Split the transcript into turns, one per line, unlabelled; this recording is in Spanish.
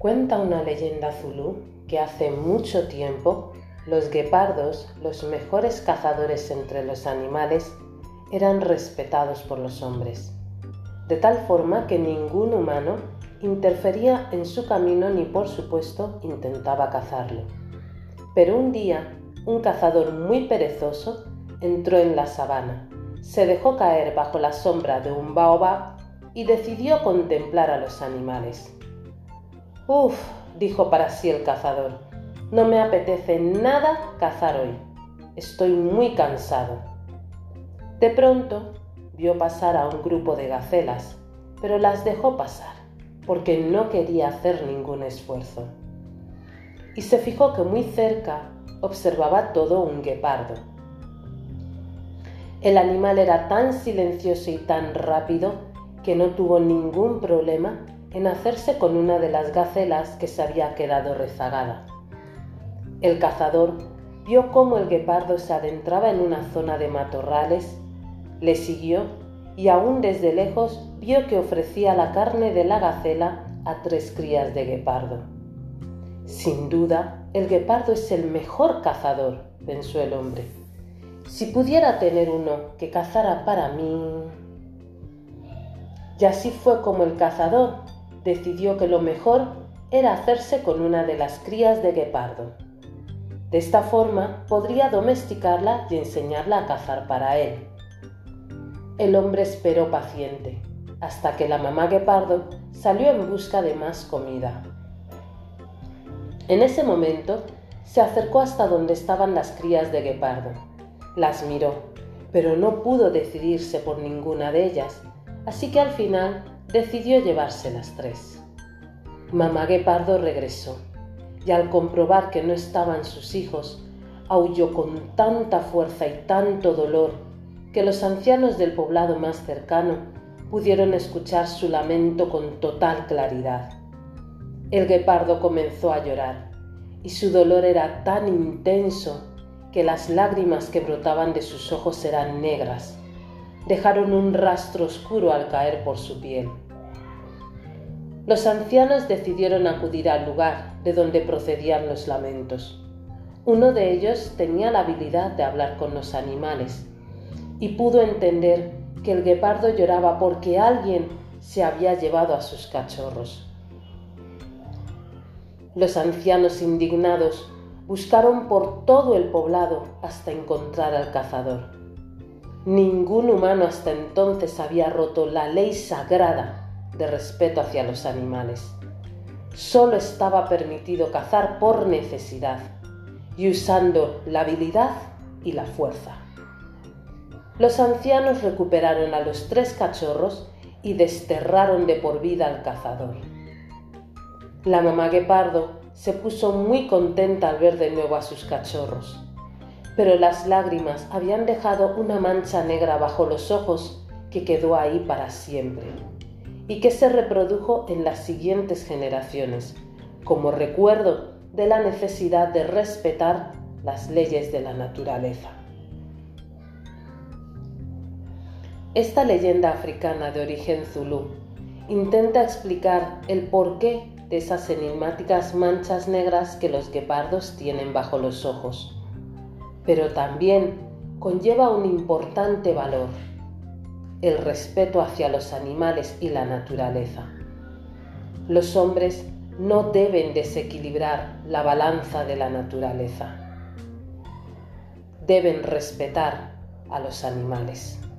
Cuenta una leyenda zulú que hace mucho tiempo los guepardos, los mejores cazadores entre los animales, eran respetados por los hombres, de tal forma que ningún humano interfería en su camino ni por supuesto intentaba cazarlo. Pero un día, un cazador muy perezoso entró en la sabana, se dejó caer bajo la sombra de un baobab y decidió contemplar a los animales. «Uf», dijo para sí el cazador, «no me apetece nada cazar hoy. Estoy muy cansado». De pronto vio pasar a un grupo de gacelas, pero las dejó pasar, porque no quería hacer ningún esfuerzo. Y se fijó que muy cerca observaba todo un guepardo. El animal era tan silencioso y tan rápido que no tuvo ningún problema en hacerse con una de las gacelas que se había quedado rezagada. El cazador vio cómo el guepardo se adentraba en una zona de matorrales, le siguió y aún desde lejos vio que ofrecía la carne de la gacela a 3 crías de guepardo. Sin duda, el guepardo es el mejor cazador, pensó el hombre. Si pudiera tener uno que cazara para mí. Y así fue como el cazador decidió que lo mejor era hacerse con una de las crías de guepardo. De esta forma podría domesticarla y enseñarla a cazar para él. El hombre esperó paciente, hasta que la mamá guepardo salió en busca de más comida. En ese momento se acercó hasta donde estaban las crías de guepardo. Las miró, pero no pudo decidirse por ninguna de ellas, así que al final decidió llevarse las 3. Mamá guepardo regresó, y al comprobar que no estaban sus hijos, aulló con tanta fuerza y tanto dolor que los ancianos del poblado más cercano pudieron escuchar su lamento con total claridad. El guepardo comenzó a llorar, y su dolor era tan intenso que las lágrimas que brotaban de sus ojos eran negras. Dejaron un rastro oscuro al caer por su piel. Los ancianos decidieron acudir al lugar de donde procedían los lamentos. Uno de ellos tenía la habilidad de hablar con los animales y pudo entender que el guepardo lloraba porque alguien se había llevado a sus cachorros. Los ancianos indignados buscaron por todo el poblado hasta encontrar al cazador. Ningún humano hasta entonces había roto la ley sagrada de respeto hacia los animales. Solo estaba permitido cazar por necesidad y usando la habilidad y la fuerza. Los ancianos recuperaron a los 3 cachorros y desterraron de por vida al cazador. La mamá guepardo se puso muy contenta al ver de nuevo a sus cachorros, pero las lágrimas habían dejado una mancha negra bajo los ojos que quedó ahí para siempre y que se reprodujo en las siguientes generaciones como recuerdo de la necesidad de respetar las leyes de la naturaleza. Esta leyenda africana de origen zulú intenta explicar el porqué de esas enigmáticas manchas negras que los guepardos tienen bajo los ojos, pero también conlleva un importante valor: el respeto hacia los animales y la naturaleza. Los hombres no deben desequilibrar la balanza de la naturaleza. Deben respetar a los animales.